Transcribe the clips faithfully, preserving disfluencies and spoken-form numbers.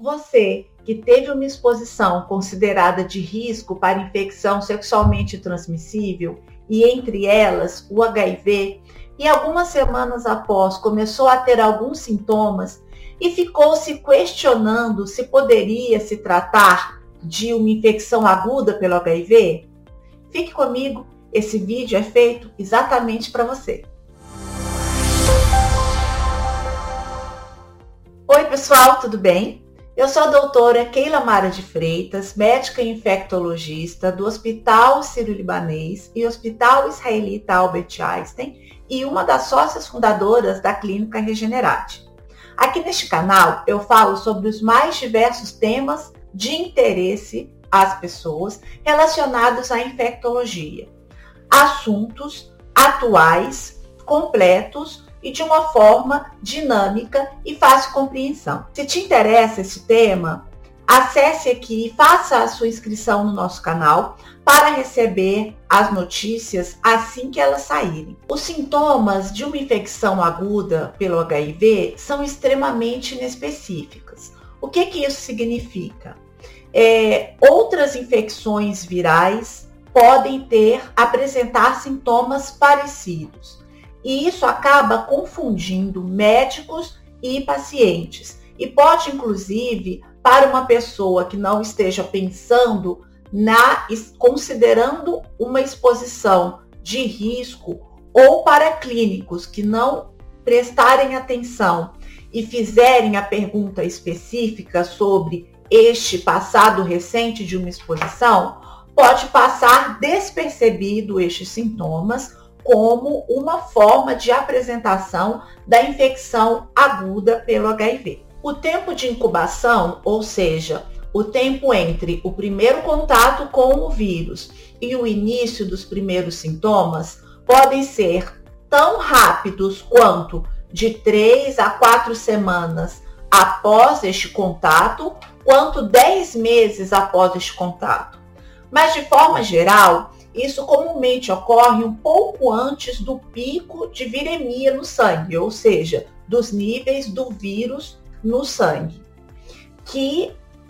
Você que teve uma exposição considerada de risco para infecção sexualmente transmissível e entre elas o H I V, e algumas semanas após começou a ter alguns sintomas e ficou se questionando se poderia se tratar de uma infecção aguda pelo H I V? Fique comigo, esse vídeo é feito exatamente para você. Oi pessoal, tudo bem? Eu sou a doutora Keila Mara de Freitas, médica infectologista do Hospital Sírio-Libanês e Hospital Israelita Albert Einstein e uma das sócias fundadoras da Clínica Regenerate. Aqui neste canal eu falo sobre os mais diversos temas de interesse às pessoas relacionados à infectologia. Assuntos atuais, completos e de uma forma dinâmica e fácil compreensão. Se te interessa esse tema, acesse aqui e faça a sua inscrição no nosso canal para receber as notícias assim que elas saírem. Os sintomas de uma infecção aguda pelo H I V são extremamente inespecíficos. O que que isso significa? É, outras infecções virais podem ter, apresentar sintomas parecidos. E isso acaba confundindo médicos e pacientes. E pode, inclusive, para uma pessoa que não esteja pensando na, considerando uma exposição de risco, ou para clínicos que não prestarem atenção e fizerem a pergunta específica sobre este passado recente de uma exposição, pode passar despercebido estes sintomas como uma forma de apresentação da infecção aguda pelo H I V. O tempo de incubação, ou seja, o tempo entre o primeiro contato com o vírus e o início dos primeiros sintomas, podem ser tão rápidos quanto de três a quatro semanas após este contato, quanto dez meses após este contato. Mas, de forma geral, isso comumente ocorre um pouco antes do pico de viremia no sangue, ou seja, dos níveis do vírus no sangue, que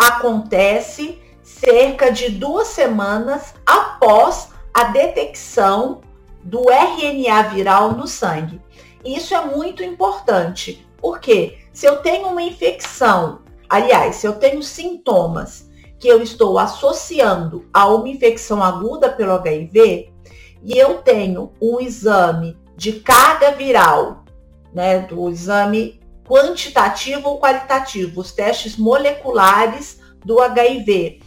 acontece cerca de duas semanas após a detecção do R N A viral no sangue. Isso é muito importante, porque se eu tenho uma infecção, aliás, se eu tenho sintomas que eu estou associando a uma infecção aguda pelo H I V e eu tenho um exame de carga viral, né, do exame quantitativo ou qualitativo, os testes moleculares do H I V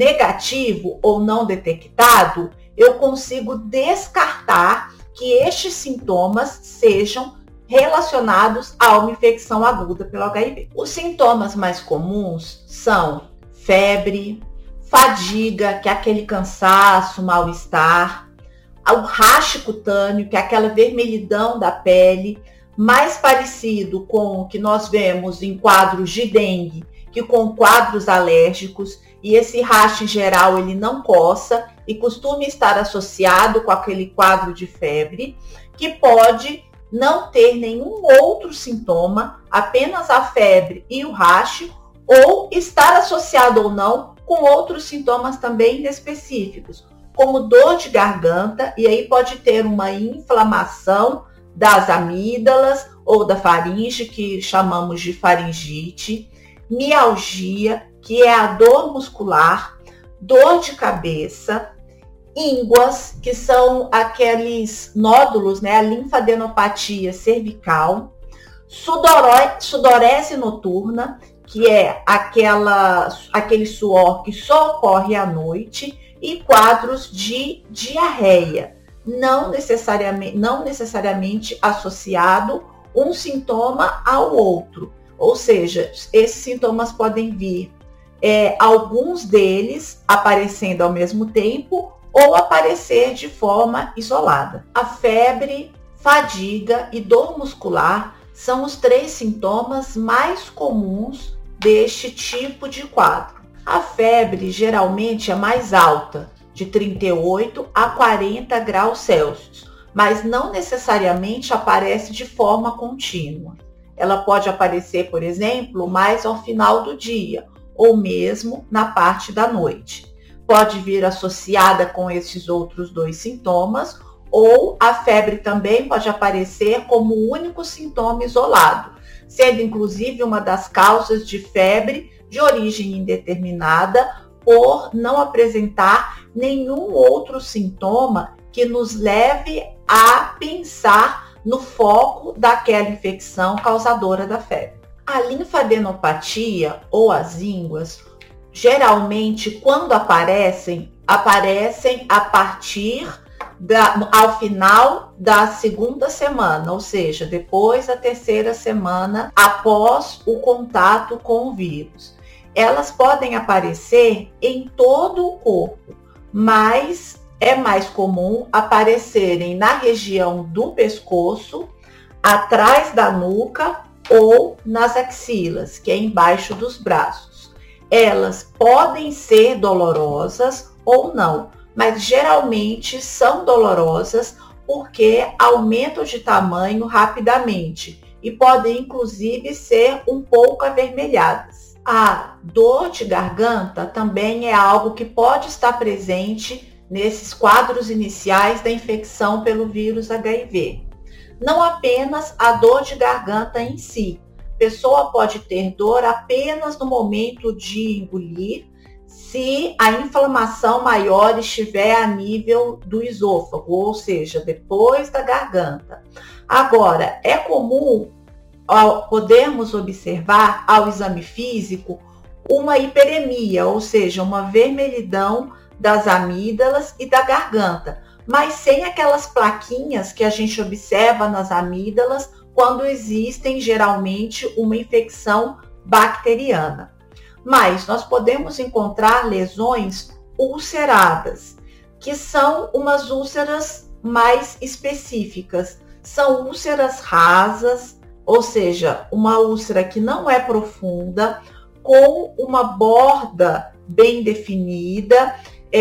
negativo ou não detectado, eu consigo descartar que estes sintomas sejam relacionados a uma infecção aguda pelo H I V. Os sintomas mais comuns são febre, fadiga, que é aquele cansaço, mal-estar, o rache cutâneo, que é aquela vermelhidão da pele, mais parecido com o que nós vemos em quadros de dengue, que com quadros alérgicos, e esse rache em geral ele não coça e costuma estar associado com aquele quadro de febre, que pode não ter nenhum outro sintoma, apenas a febre e o rache, ou estar associado ou não com outros sintomas também inespecíficos, como dor de garganta, e aí pode ter uma inflamação das amígdalas ou da faringe, que chamamos de faringite, mialgia, que é a dor muscular, dor de cabeça, ínguas, que são aqueles nódulos, né, a linfadenopatia cervical, sudoró- sudorese noturna, que é aquela, aquele suor que só ocorre à noite, e quadros de diarreia, não necessariamente, não necessariamente associado um sintoma ao outro. Ou seja, esses sintomas podem vir, é, alguns deles aparecendo ao mesmo tempo ou aparecer de forma isolada. A febre, fadiga e dor muscular são os três sintomas mais comuns deste tipo de quadro. A febre geralmente é mais alta, de trinta e oito a quarenta graus Celsius, mas não necessariamente aparece de forma contínua. Ela pode aparecer, por exemplo, mais ao final do dia, ou mesmo na parte da noite. Pode vir associada com esses outros dois sintomas, ou a febre também pode aparecer como o único sintoma isolado, sendo inclusive uma das causas de febre de origem indeterminada, por não apresentar nenhum outro sintoma que nos leve a pensar no foco daquela infecção causadora da febre. A linfadenopatia ou as ínguas, geralmente quando aparecem, aparecem a partir da, ao final da segunda semana, ou seja, depois da terceira semana após o contato com o vírus. Elas podem aparecer em todo o corpo, mas é mais comum aparecerem na região do pescoço, atrás da nuca ou nas axilas, que é embaixo dos braços. Elas podem ser dolorosas ou não, mas geralmente são dolorosas porque aumentam de tamanho rapidamente e podem inclusive ser um pouco avermelhadas. A dor de garganta também é algo que pode estar presente nesses quadros iniciais da infecção pelo vírus H I V. Não apenas a dor de garganta em si. A pessoa pode ter dor apenas no momento de engolir, se a inflamação maior estiver a nível do esôfago, ou seja, depois da garganta. Agora, é comum podermos observar ao exame físico uma hiperemia, ou seja, uma vermelhidão das amígdalas e da garganta, mas sem aquelas plaquinhas que a gente observa nas amígdalas quando existem geralmente uma infecção bacteriana. Mas nós podemos encontrar lesões ulceradas, que são umas úlceras mais específicas. São úlceras rasas, ou seja, uma úlcera que não é profunda, com uma borda bem definida,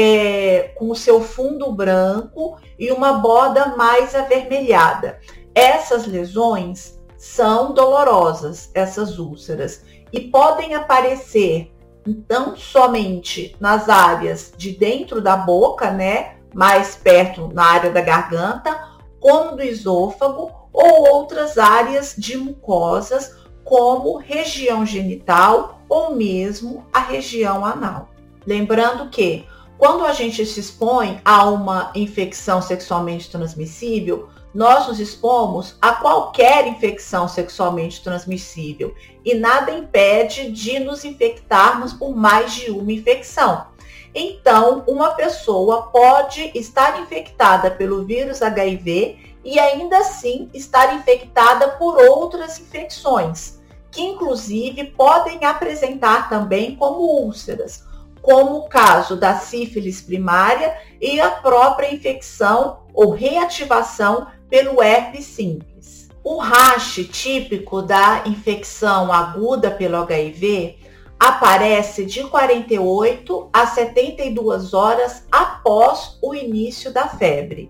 é, com o seu fundo branco e uma borda mais avermelhada. Essas lesões são dolorosas, essas úlceras, e podem aparecer não somente nas áreas de dentro da boca, né, mais perto na área da garganta, como do esôfago, ou outras áreas de mucosas, como região genital ou mesmo a região anal. Lembrando que, quando a gente se expõe a uma infecção sexualmente transmissível, nós nos expomos a qualquer infecção sexualmente transmissível e nada impede de nos infectarmos por mais de uma infecção. Então, uma pessoa pode estar infectada pelo vírus H I V e ainda assim estar infectada por outras infecções, que inclusive podem apresentar também como úlceras, como o caso da sífilis primária e a própria infecção ou reativação pelo herpes simples. O rash típico da infecção aguda pelo H I V aparece de quarenta e oito a setenta e duas horas após o início da febre.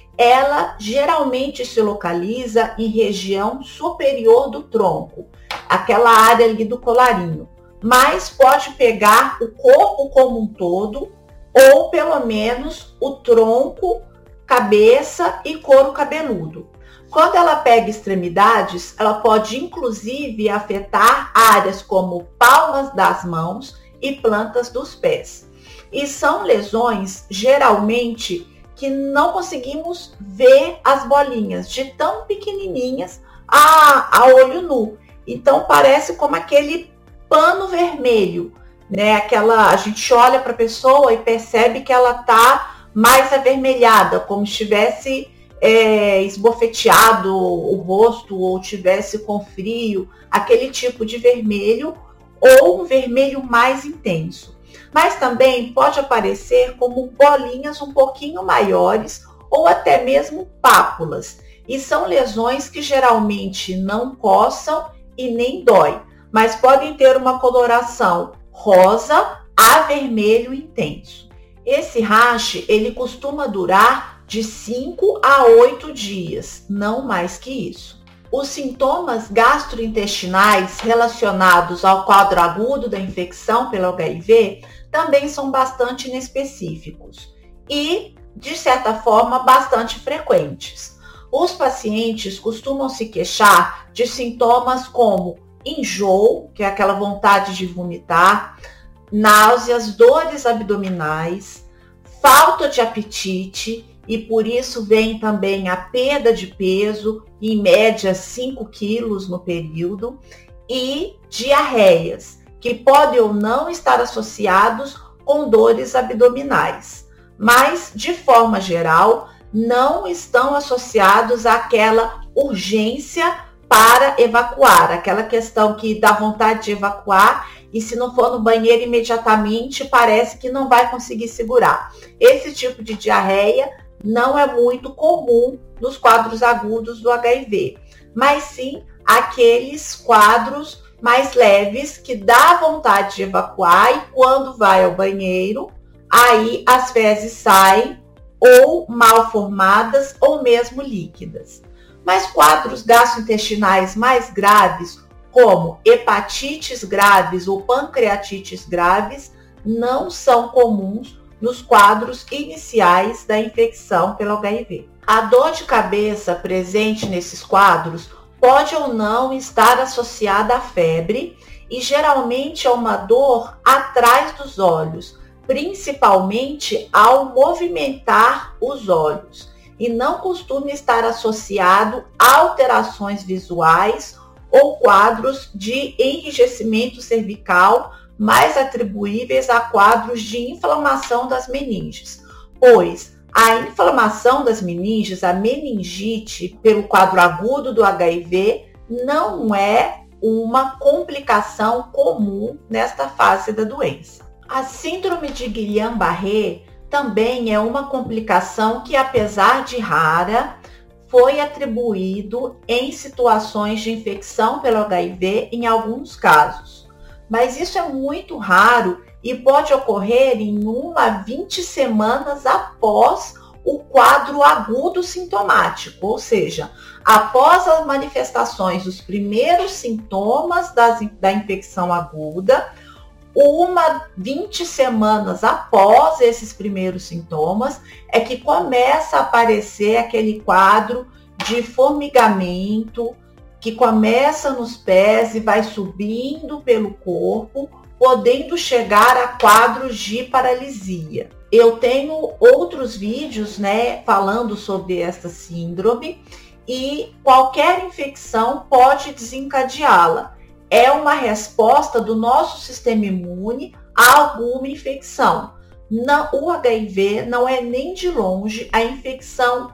Ela geralmente se localiza em região superior do tronco, aquela área ali do colarinho, mas pode pegar o corpo como um todo, ou pelo menos o tronco, cabeça e couro cabeludo. Quando ela pega extremidades, ela pode inclusive afetar áreas como palmas das mãos e plantas dos pés. E são lesões geralmente que não conseguimos ver as bolinhas, de tão pequenininhas a, a olho nu. Então parece como aquele pano vermelho, né? Aquela, a gente olha para a pessoa e percebe que ela está mais avermelhada, como se tivesse é, esbofeteado o rosto ou tivesse com frio, aquele tipo de vermelho ou um vermelho mais intenso. Mas também pode aparecer como bolinhas um pouquinho maiores ou até mesmo pápulas. E são lesões que geralmente não coçam e nem dói, mas podem ter uma coloração rosa a vermelho intenso. Esse rash, ele costuma durar de cinco a oito dias, não mais que isso. Os sintomas gastrointestinais relacionados ao quadro agudo da infecção pelo H I V também são bastante inespecíficos e, de certa forma, bastante frequentes. Os pacientes costumam se queixar de sintomas como enjoo, que é aquela vontade de vomitar, náuseas, dores abdominais, falta de apetite, e por isso vem também a perda de peso, em média cinco quilos no período, e diarreias, que podem ou não estar associados com dores abdominais, mas, de forma geral, não estão associados àquela urgência para evacuar, aquela questão que dá vontade de evacuar e se não for no banheiro imediatamente parece que não vai conseguir segurar. Esse tipo de diarreia não é muito comum nos quadros agudos do H I V, mas sim aqueles quadros mais leves que dá vontade de evacuar e quando vai ao banheiro, aí as fezes saem ou mal formadas ou mesmo líquidas. Mas quadros gastrointestinais mais graves, como hepatites graves ou pancreatites graves, não são comuns nos quadros iniciais da infecção pelo H I V. A dor de cabeça presente nesses quadros pode ou não estar associada à febre e geralmente é uma dor atrás dos olhos, principalmente ao movimentar os olhos, e não costuma estar associado a alterações visuais ou quadros de enrijecimento cervical mais atribuíveis a quadros de inflamação das meninges, pois a inflamação das meninges, a meningite pelo quadro agudo do H I V, não é uma complicação comum nesta fase da doença. A síndrome de Guillain-Barré também é uma complicação que, apesar de rara, foi atribuído em situações de infecção pelo H I V em alguns casos. Mas isso é muito raro e pode ocorrer em uma a vinte semanas após o quadro agudo sintomático, ou seja, após as manifestações dos primeiros sintomas das, da infecção aguda, uma vinte semanas após esses primeiros sintomas, é que começa a aparecer aquele quadro de formigamento, que começa nos pés e vai subindo pelo corpo, podendo chegar a quadros de paralisia. Eu tenho outros vídeos, né, falando sobre esta síndrome e qualquer infecção pode desencadeá-la. É uma resposta do nosso sistema imune a alguma infecção. Não, o H I V não é nem de longe a infecção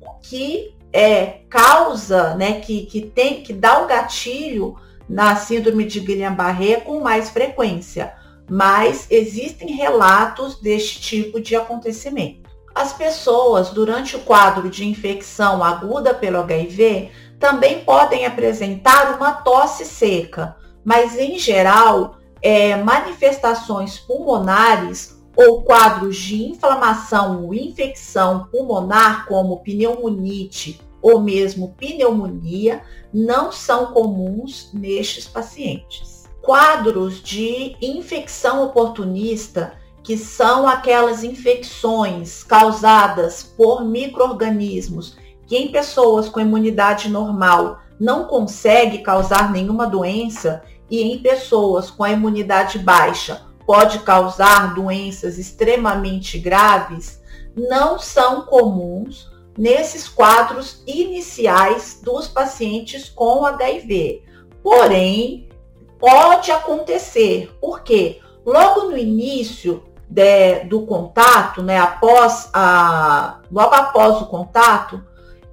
que é, causa, né, que, que, tem, que dá o gatilho na síndrome de Guillain-Barré com mais frequência, mas existem relatos deste tipo de acontecimento. As pessoas, durante o quadro de infecção aguda pelo H I V, também podem apresentar uma tosse seca, mas em geral, é, manifestações pulmonares ou quadros de inflamação ou infecção pulmonar, como pneumonite ou mesmo pneumonia, não são comuns nestes pacientes. Quadros de infecção oportunista, que são aquelas infecções causadas por micro-organismos que em pessoas com imunidade normal não consegue causar nenhuma doença e em pessoas com a imunidade baixa pode causar doenças extremamente graves, não são comuns nesses quadros iniciais dos pacientes com H I V. Porém, pode acontecer, porque logo no início de, do contato, né, após a, logo após o contato,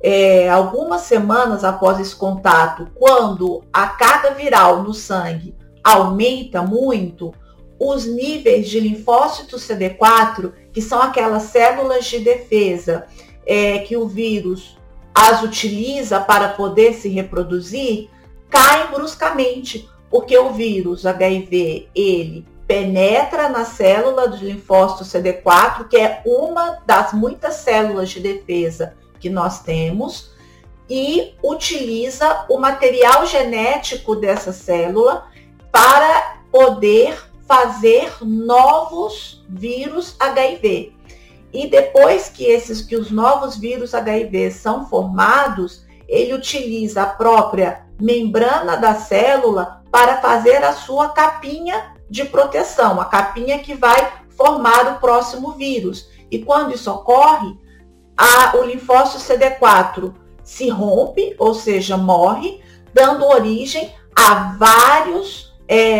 é, algumas semanas após esse contato, quando a carga viral no sangue aumenta muito, os níveis de linfócitos C D quatro, que são aquelas células de defesa é, que o vírus as utiliza para poder se reproduzir, caem bruscamente, porque o vírus H I V, ele penetra na célula do linfócito C D quatro, que é uma das muitas células de defesa que nós temos, e utiliza o material genético dessa célula para poder fazer novos vírus H I V. E depois que, esses, que os novos vírus H I V são formados, ele utiliza a própria membrana da célula para fazer a sua capinha de proteção, a capinha que vai formar o próximo vírus. E quando isso ocorre, a, o linfócito C D quatro se rompe, ou seja, morre, dando origem a vários,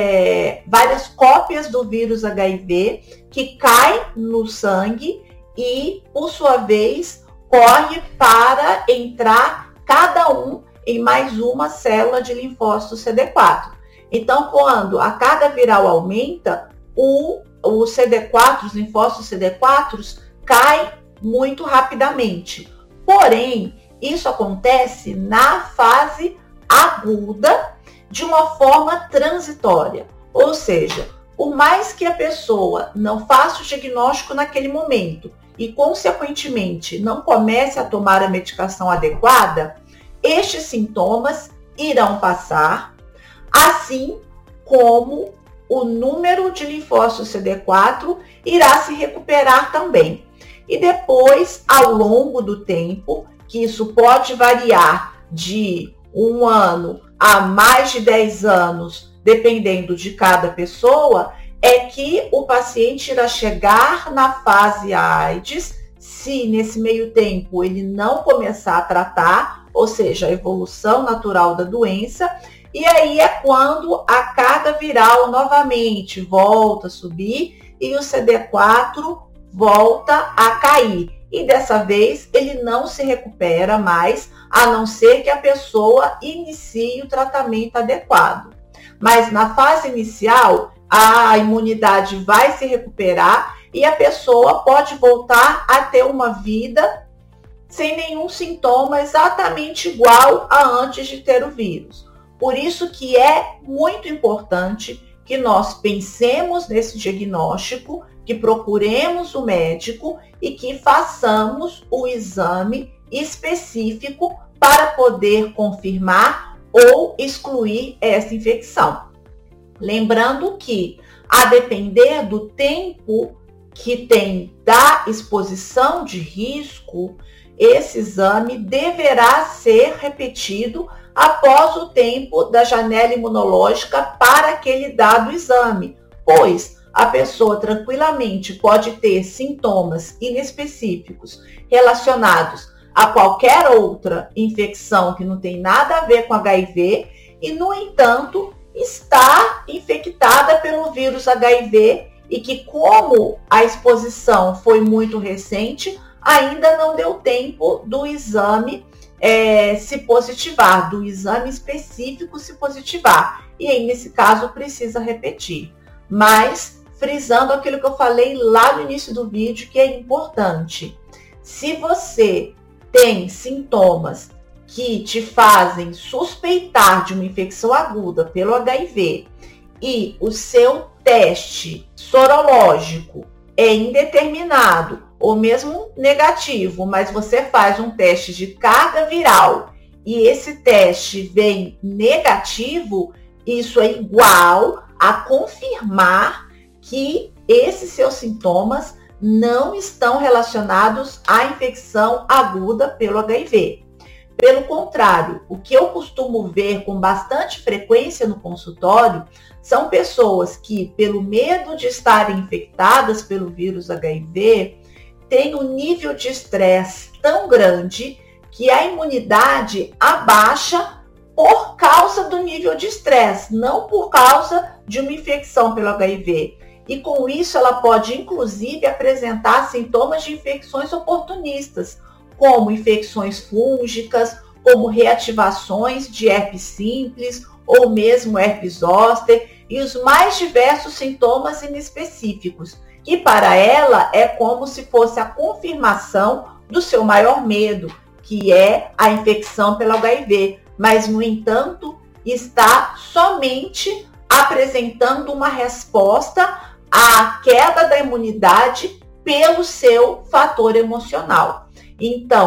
é, várias cópias do vírus H I V que cai no sangue e, por sua vez, corre para entrar cada um em mais uma célula de linfócito C D quatro. Então, quando a carga viral aumenta, o, o C D quatro, os linfócitos C D quatro, caem muito rapidamente. Porém, isso acontece na fase aguda de uma forma transitória. Ou seja, por mais que a pessoa não faça o diagnóstico naquele momento e, consequentemente, não comece a tomar a medicação adequada, estes sintomas irão passar, assim como o número de linfócitos C D quatro irá se recuperar também. E depois, ao longo do tempo, que isso pode variar de um ano a mais de dez anos, dependendo de cada pessoa, é que o paciente irá chegar na fase AIDS, se nesse meio tempo ele não começar a tratar, ou seja, a evolução natural da doença, e aí é quando a carga viral novamente volta a subir e o C D quatro volta a cair. E dessa vez ele não se recupera mais, a não ser que a pessoa inicie o tratamento adequado. Mas na fase inicial, a imunidade vai se recuperar e a pessoa pode voltar a ter uma vida sem nenhum sintoma, exatamente igual a antes de ter o vírus. Por isso que é muito importante que nós pensemos nesse diagnóstico, que procuremos o médico e que façamos o exame específico para poder confirmar ou excluir essa infecção. Lembrando que, a depender do tempo que tem da exposição de risco, esse exame deverá ser repetido após o tempo da janela imunológica para aquele dado exame, pois a pessoa tranquilamente pode ter sintomas inespecíficos relacionados a qualquer outra infecção que não tem nada a ver com H I V e, no entanto, está infectada pelo vírus H I V e que, como a exposição foi muito recente, ainda não deu tempo do exame é, se positivar, do exame específico se positivar. E aí, nesse caso, precisa repetir. Mas, frisando aquilo que eu falei lá no início do vídeo, que é importante. Se você tem sintomas que te fazem suspeitar de uma infecção aguda pelo H I V e o seu teste sorológico é indeterminado ou mesmo negativo, mas você faz um teste de carga viral e esse teste vem negativo, isso é igual a confirmar que esses seus sintomas não estão relacionados à infecção aguda pelo H I V. Pelo contrário, o que eu costumo ver com bastante frequência no consultório são pessoas que, pelo medo de estarem infectadas pelo vírus H I V, têm um nível de estresse tão grande que a imunidade abaixa por causa do nível de estresse, não por causa de uma infecção pelo H I V. E com isso ela pode, inclusive, apresentar sintomas de infecções oportunistas, como infecções fúngicas, como reativações de herpes simples ou mesmo herpes zoster e os mais diversos sintomas inespecíficos, que para ela é como se fosse a confirmação do seu maior medo, que é a infecção pelo H I V, mas, no entanto, está somente apresentando uma resposta à queda da imunidade pelo seu fator emocional. Então,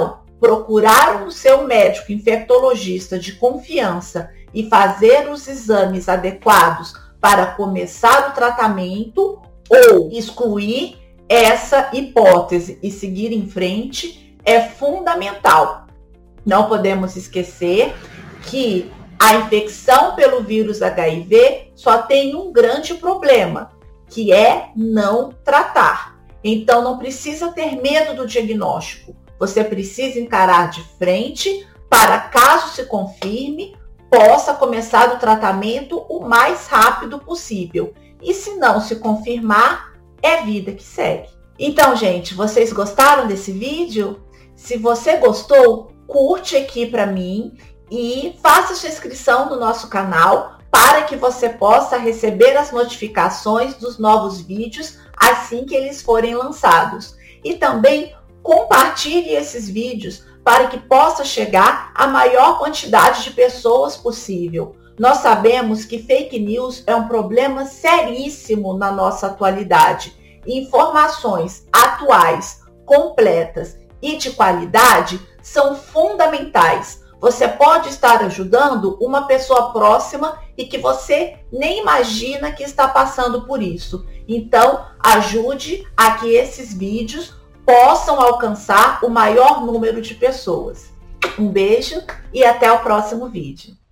procurar o seu médico infectologista de confiança e fazer os exames adequados para começar o tratamento ou excluir essa hipótese e seguir em frente é fundamental. Não podemos esquecer que a infecção pelo vírus H I V só tem um grande problema, que é não tratar. Então não precisa ter medo do diagnóstico. Você precisa encarar de frente para, caso se confirme, possa começar o tratamento o mais rápido possível. E se não se confirmar, é vida que segue. Então, gente, vocês gostaram desse vídeo? Se você gostou, curte aqui para mim e faça sua inscrição no nosso canal para que você possa receber as notificações dos novos vídeos assim que eles forem lançados. E também compartilhe esses vídeos para que possa chegar a maior quantidade de pessoas possível. Nós sabemos que fake news é um problema seríssimo na nossa atualidade. Informações atuais, completas e de qualidade são fundamentais. Você pode estar ajudando uma pessoa próxima e que você nem imagina que está passando por isso. Então, ajude a que esses vídeos possam alcançar o maior número de pessoas. Um beijo e até o próximo vídeo.